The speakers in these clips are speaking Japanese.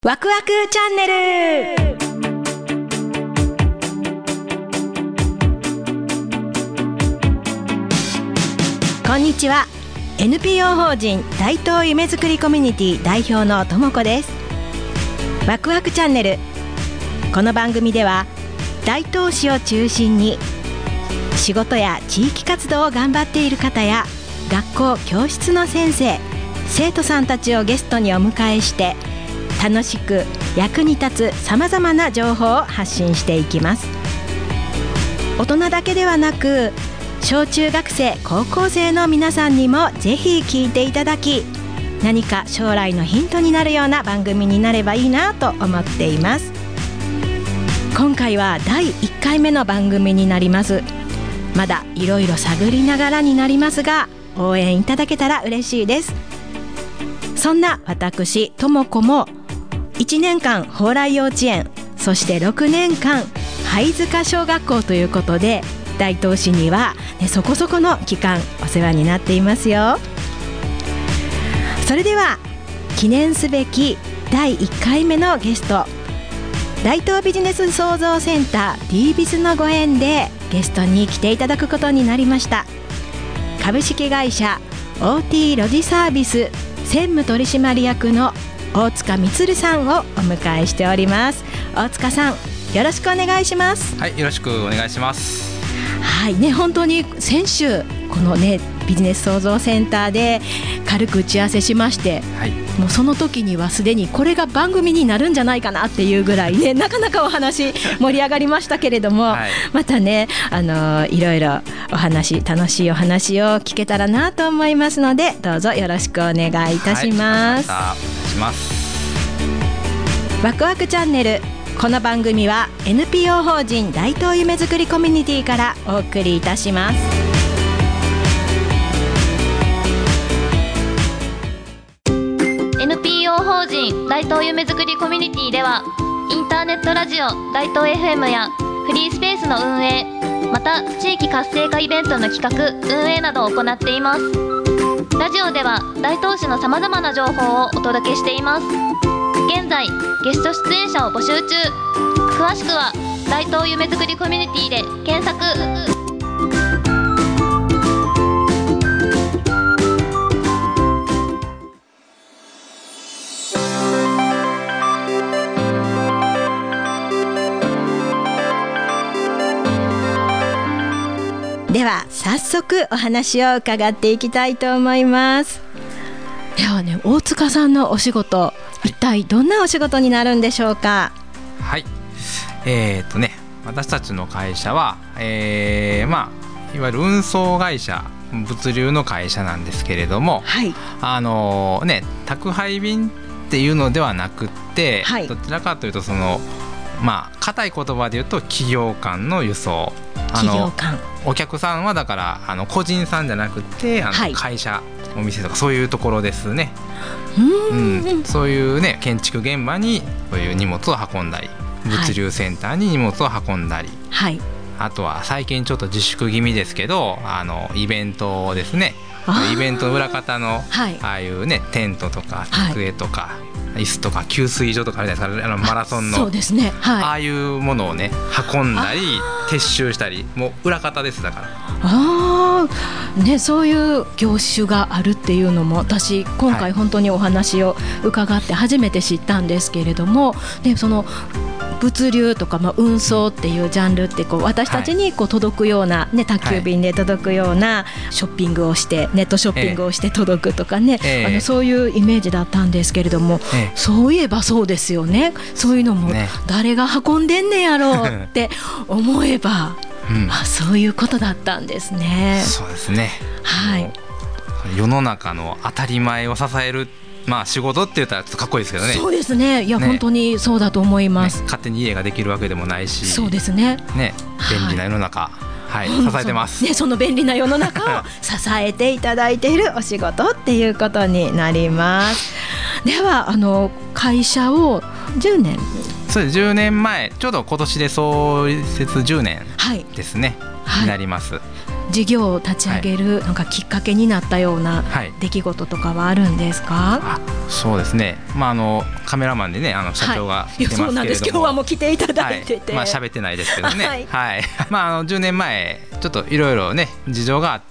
ワクワクチャンネル。こんにちは。 NPO 法人大東夢づくりコミュニティ代表のともこです。ワクワクチャンネル、この番組では大東市を中心に仕事や地域活動を頑張っている方や学校教室の先生生徒さんたちをゲストにお迎えして楽しく役に立つさまざまな情報を発信していきます。大人だけではなく小中学生高校生の皆さんにもぜひ聞いていただき、何か将来のヒントになるような番組になればいいなと思っています。今回は第1回目の番組になります。まだいろいろ探りながらになりますが、応援いただけたら嬉しいです。そんな私ともこも1年間蓬莱幼稚園、そして6年間貝塚小学校ということで大東市には、そこそこの期間お世話になっていますよ。それでは記念すべき第1回目のゲスト、大東ビジネス創造センター DBiz のご縁でゲストに来ていただくことになりました。株式会社 OT ロジサービス専務取締役の大塚充さんをお迎えしております。大塚さん、よろしくお願いします。 はい、よろしくお願いします。 はいね、本当に先週このねビジネス創造センターで軽く打ち合わせしまして、はい、もうその時にはすでにこれが番組になるんじゃないかなっていうぐらいねなかなかお話盛り上がりましたけれども、はい、またねいろいろお話、楽しいお話を聞けたらなと思いますので、どうぞよろしくお願いいたします。 はい、お願いします。 ワクワクチャンネル、この番組は NPO 法人大東夢づくりコミュニティからお送りいたします。 NPO 法人大東夢づくりコミュニティではインターネットラジオ大東 FM やフリースペースの運営、また地域活性化イベントの企画運営などを行っています。ラジオでは大東市のさまざまな情報をお届けしています。現在ゲスト出演者を募集中。詳しくは大東夢づくりコミュニティで検索。 では早速お話を伺っていきたいと思います。ではね、大塚さんのお仕事、一体どんなお仕事になるんでしょうか。 はい、私たちの会社は、いわゆる運送会社、物流の会社なんですけれども、はい、宅配便っていうのではなくって、はい、どちらかというと硬い言葉で言うと企業間の輸送。 企業間、 お客さんはだから個人さんじゃなくてはい、会社、お店とかそういうところですね。そういうね、建築現場にそういう荷物を運んだり、物流センターに荷物を運んだり、はい、あとは最近ちょっと自粛気味ですけどイベントですね。イベントの裏方の、はい、ああいうねテントとか机とか、椅子とか給水所とかあるじゃないですか、マラソンのそうですね、はい、 ああいうものをね運んだり撤収したり、もう裏方です。だからそういう業種があるっていうのも私今回本当にお話を伺って初めて知ったんですけれども、その物流とか、運送っていうジャンルって私たちに届くような、宅急便で届くようなショッピングをしてネットショッピングをして届くとかね、そういうイメージだったんですけれども、そういえばそうですよね。そういうのも誰が運んでんねやろうって思えば、そういうことだったんですね。 そうですね、 はい、 世の中の当たり前を支える仕事って言ったらちょっとかっこいいですけどね。 そうですね。いや、本当にそうだと思います。 勝手に家ができるわけでもないし。 そうですね。 便利な世の中、はい、支えてます。 その便利な世の中を支えていただいているお仕事っていうことになります。では会社を10年。 そうです。10年前、ちょうど今年で創設10年ですね、になります。 事業を立ち上げるなんかきっかけになったような出来事とかはあるんですか？ そうですね、カメラマンでね社長が来てますけれども、 そうなんです。今日はもう来ていただいてて、 喋ってないですけどね、10年前ちょっといろいろね事情があって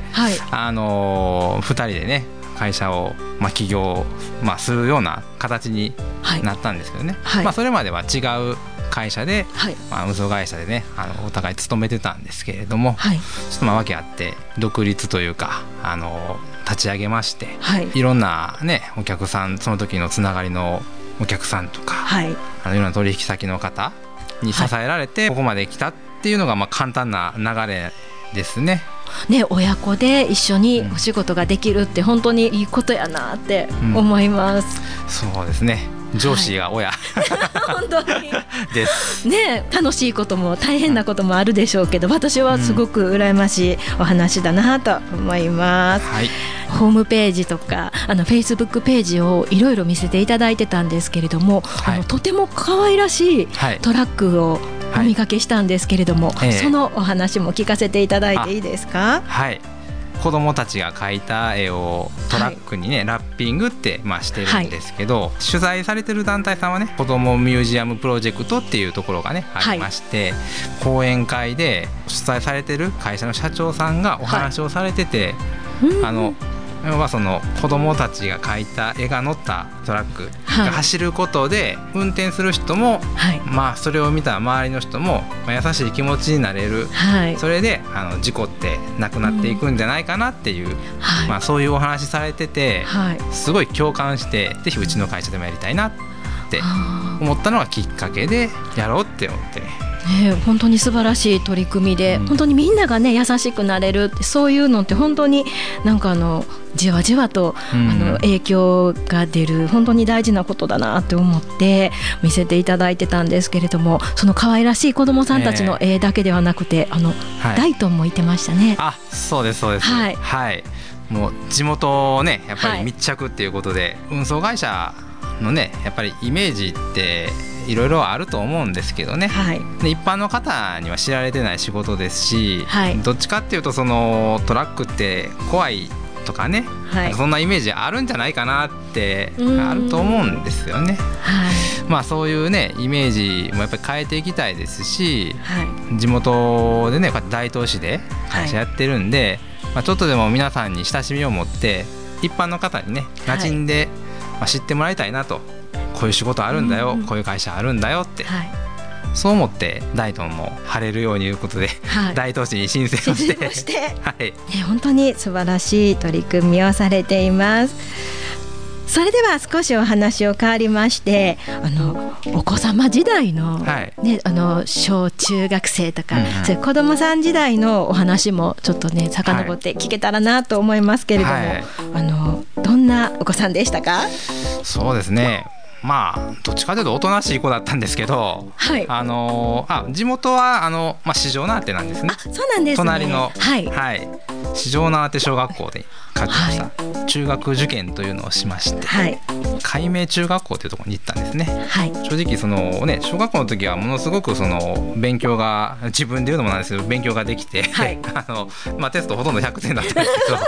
、2人でね会社を起業するような形になったんですけどね、それまでは違う会社で、運送会社でねお互い勤めてたんですけれども、ちょっと訳あって独立というか立ち上げまして、いろんなねお客さん、その時のつながりのお客さんとか、いろんな取引先の方に支えられてここまで来たっていうのが簡単な流れですね。 親子で一緒にお仕事ができるって本当にいいことやなって思います、 そうですね、上司が親、 本当にです楽しいことも大変なこともあるでしょうけど、私はすごく羨ましいお話だなと思います、ホームページとかFacebook ページをいろいろ見せていただいてたんですけれども、とても可愛らしいトラックをお見かけしたんですけれども、そのお話も聞かせていただいていいですか？ 子どもたちが描いた絵をトラックにね、ラッピングってしてるんですけど、取材されてる団体さんはね、子どもミュージアムプロジェクトっていうところがねありまして、講演会で主催されてる会社の社長さんがお話をされてて、その子どもたちが描いた絵が載ったトラックが走ることで、運転する人も、それを見た周りの人も、優しい気持ちになれる、それで事故ってなくなっていくんじゃないかなっていう、そういうお話されてて、すごい共感して、ぜひうちの会社でもやりたいなって思ったのがきっかけでやろうって思って。 本当に素晴らしい取り組みで、本当にみんながね優しくなれるって、そういうのって本当になんかじわじわと影響が出る本当に大事なことだなって思って見せていただいてたんですけれども、その可愛らしい子どもさんたちの絵だけではなくて、ダイトンもいてましたね。 そうですそうです、もう地元をねやっぱり密着っていうことで、運送会社のねやっぱりイメージっていろいろあると思うんですけどね、で一般の方には知られてない仕事ですし、どっちかっていうとそのトラックって怖いとかね、そんなイメージあるんじゃないかなってあると思うんですよね、そういうねイメージもやっぱり変えていきたいですし、地元でねこうやって大東市で会社やってるんで、ちょっとでも皆さんに親しみを持って一般の方にね馴染んで、知ってもらいたいなと、こういう仕事あるんだよ、こういう会社あるんだよって、そう思ってダイトンも晴れるようにいうことで、大東市に申請をして本当に素晴らしい取り組みをされています。それでは少しお話を変わりまして、お子様時代の、小中学生とか、そういう子どもさん時代のお話もちょっとね遡って聞けたらなと思いますけれども、どんなお子さんでしたか？ そうですね、どっちかというとおとなしい子だったんですけど、地元は四条畷なんですね。 そうなんですね。 隣の、四条畷小学校で通ってました、中学受験というのをしまして、海明中学校というところに行ったんですね、正直その、小学校の時はものすごくその勉強が、自分で言うのもなんですけど勉強ができて、テストほとんど100点だったんですけど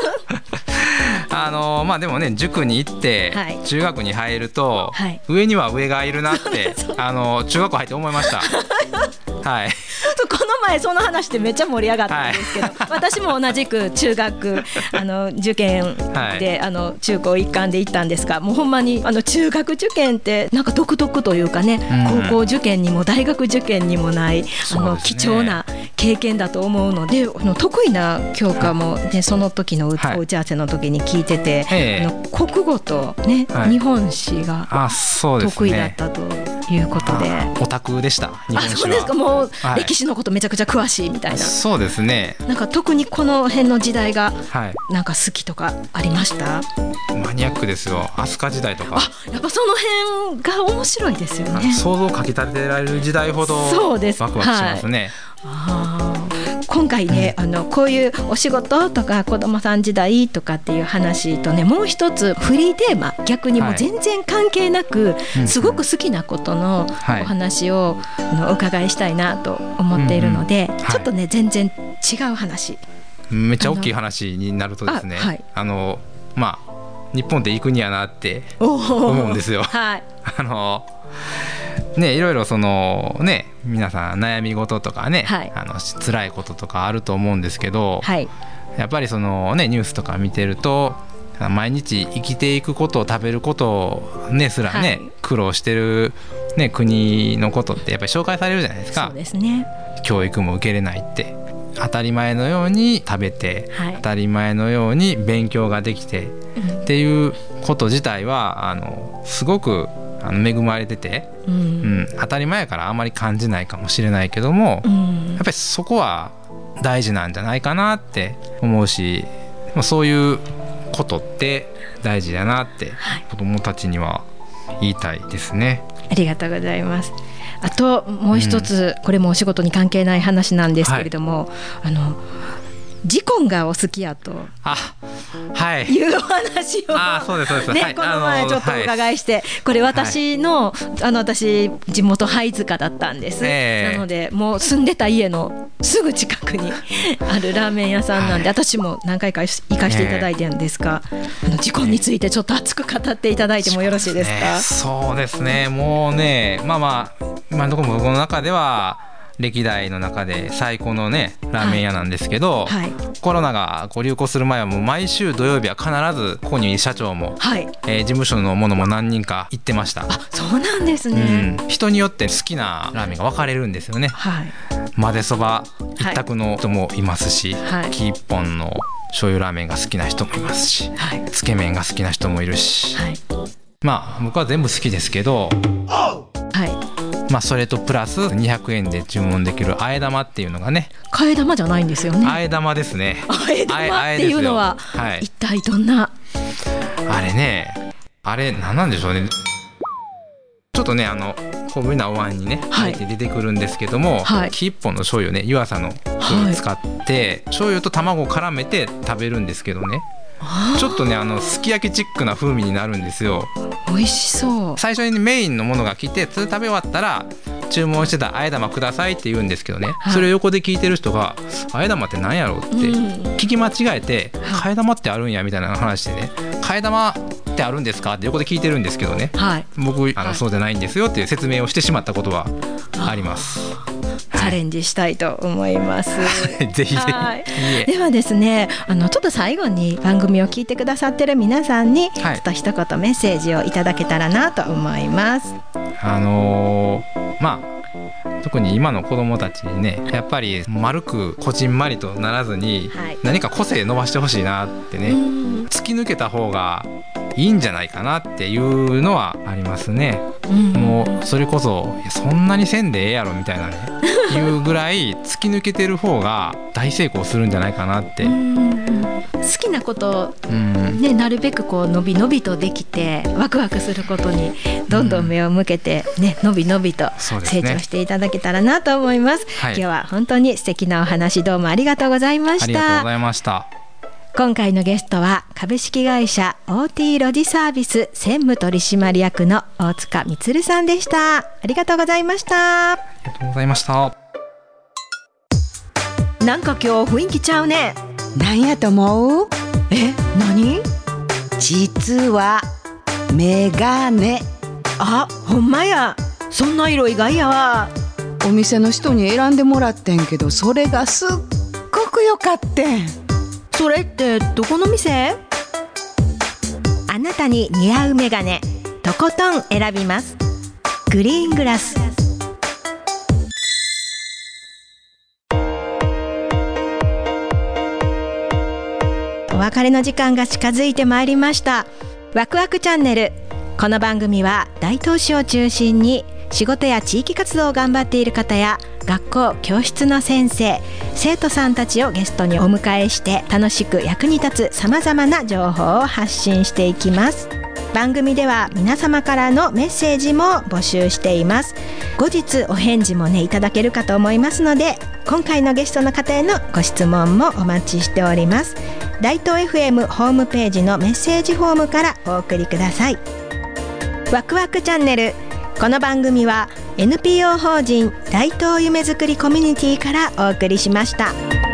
でもね塾に行って、中学に入ると、上には上がいるなって中学校入って思いましたこの前その話でめっちゃ盛り上がったんですけど、私も同じく中学受験で、中高一貫で行ったんですが、もうほんまに中学受験ってなんか独特というかね、高校受験にも大学受験にもない貴重な経験だと思うので、得意な教科も、その時のお打ち合わせの時に聞いてて、国語と、日本史が得意だったということで、 オタクでした。日本史は。 そうですか。もう歴史のことめちゃくちゃ詳しいみたいな。 そうですね。 なんか特にこの辺の時代がなんか好きとかありました？ マニアックですよ。飛鳥時代とか。 やっぱその辺が面白いですよね。 想像をかき立てられる時代ほどワクワクしますね。 今回ね、こういうお仕事とか子どもさん時代とかっていう話とね、もう一つフリーテーマ、逆にもう全然関係なく、すごく好きなことのお話をお伺いしたいなと思っているので、ちょっとね全然違う話めっちゃ大きい話になるとですね、 はい、 まあ日本っていい国やなって思うんですよ。 はい、 ね、いろいろそのね皆さん悩み事とかね、 はい、 辛いこととかあると思うんですけど、 はい、 やっぱりそのねニュースとか見てると毎日生きていくことを食べることをねすらね、はい、苦労してる、ね、国のことってやっぱり紹介されるじゃないですか。 そうですね。 教育も受けれないって当たり前のように食べて、はい、当たり前のように勉強ができて、っていうこと自体はすごく恵まれてて、当たり前やからあまり感じないかもしれないけども、やっぱりそこは大事なんじゃないかなって思うし、そういうことって大事だなって子どもたちには言いたいですね。 ありがとうございます。あともう一つ、これもお仕事に関係ない話なんですけれども、はい、ジコンがお好きやというお話をそうですそうです、ね、はい、 この前ちょっとお伺いして、はい、これ私の、私地元貝塚だったんです、なのでもう住んでた家のすぐ近くにあるラーメン屋さんなんで、私も何回か行かせていただいてるんですが、ジコンについてちょっと熱く語っていただいてもよろしいですか。 そうですね、もうね今のところ僕の中では歴代の中で最高のねラーメン屋なんですけど、はいはい、コロナが流行する前はもう毎週土曜日は必ずここに社長も、はい、事務所の者も何人か行ってました。 そうなんですね、 人によって好きなラーメンが分かれるんですよね、はい、混ぜそば一択の人もいますし、はい、木一本の醤油ラーメンが好きな人もいますし、はい、つけ麺が好きな人もいるし、はい、僕は全部好きですけど、それとプラス200円で注文できるあえ玉っていうのがね。 替え玉じゃないんですよね。 あえ玉ですね。 あえ玉っていうのは、はい、一体どんなあれね、何なんでしょうね。ちょっとね小ぶりなお椀にね入って出てくるんですけども、はい、木一本の醤油ね湯浅の醤油使って、醤油と卵を絡めて食べるんですけどね、ちょっとねすき焼きチックな風味になるんですよ。 美味しそう。 最初にメインのものが来てそれ食べ終わったら注文してたあえ玉くださいって言うんですけどね、はい、それを横で聞いてる人があえ玉って何やろって聞き間違えて、替え玉ってあるんやみたいな話でね、替え玉ってあるんですかって横で聞いてるんですけどね、はい、僕そうじゃないんですよっていう説明をしてしまったことはあります。 チャレンジしたいと思いますぜひぜひ、 ではですねちょっと最後に番組を聞いてくださってる皆さんにちょっと一言メッセージをいただけたらなと思います。 特に今の子どもたちにねやっぱり丸くこじんまりとならずに、何か個性伸ばしてほしいなってね、突き抜けた方がいいんじゃないかなっていうのはありますね、もうそれこそそんなにせんでええやろみたいなねいうぐらい突き抜けてる方が大成功するんじゃないかなって。 好きなことね、なるべくこうのびのびとできてワクワクすることにどんどん目を向けてね、のびのびと成長していただけたらなと思います。今日は本当に素敵なお話どうもありがとうございました。 ありがとうございました。 今回のゲストは株式会社 OT ロジサービス専務取締役の大塚充さんでした。ありがとうございました。 ありがとうございました。 なんか今日雰囲気ちゃうね。 なんやと思う？ 何？ 実はメガネ。 あ、ほんまや。そんな色意外やわ。 お店の人に選んでもらってんけど、それがすっごくよかってん。 それってどこの店？あなたに似合うメガネ、とことん選びます。グリーングラス。お別れの時間が近づいてまいりました。ワクワクチャンネル。この番組は大東市を中心に仕事や地域活動を頑張っている方や学校教室の先生生徒さんたちをゲストにお迎えして楽しく役に立つさまざまな情報を発信していきます。番組では皆様からのメッセージも募集しています。後日お返事もねいただけるかと思いますので、今回のゲストの方へのご質問もお待ちしております。大東 FM ホームページのメッセージフォームからお送りください。ワクワクチャンネル。この番組は NPO 法人大東夢づくりコミュニティからお送りしました。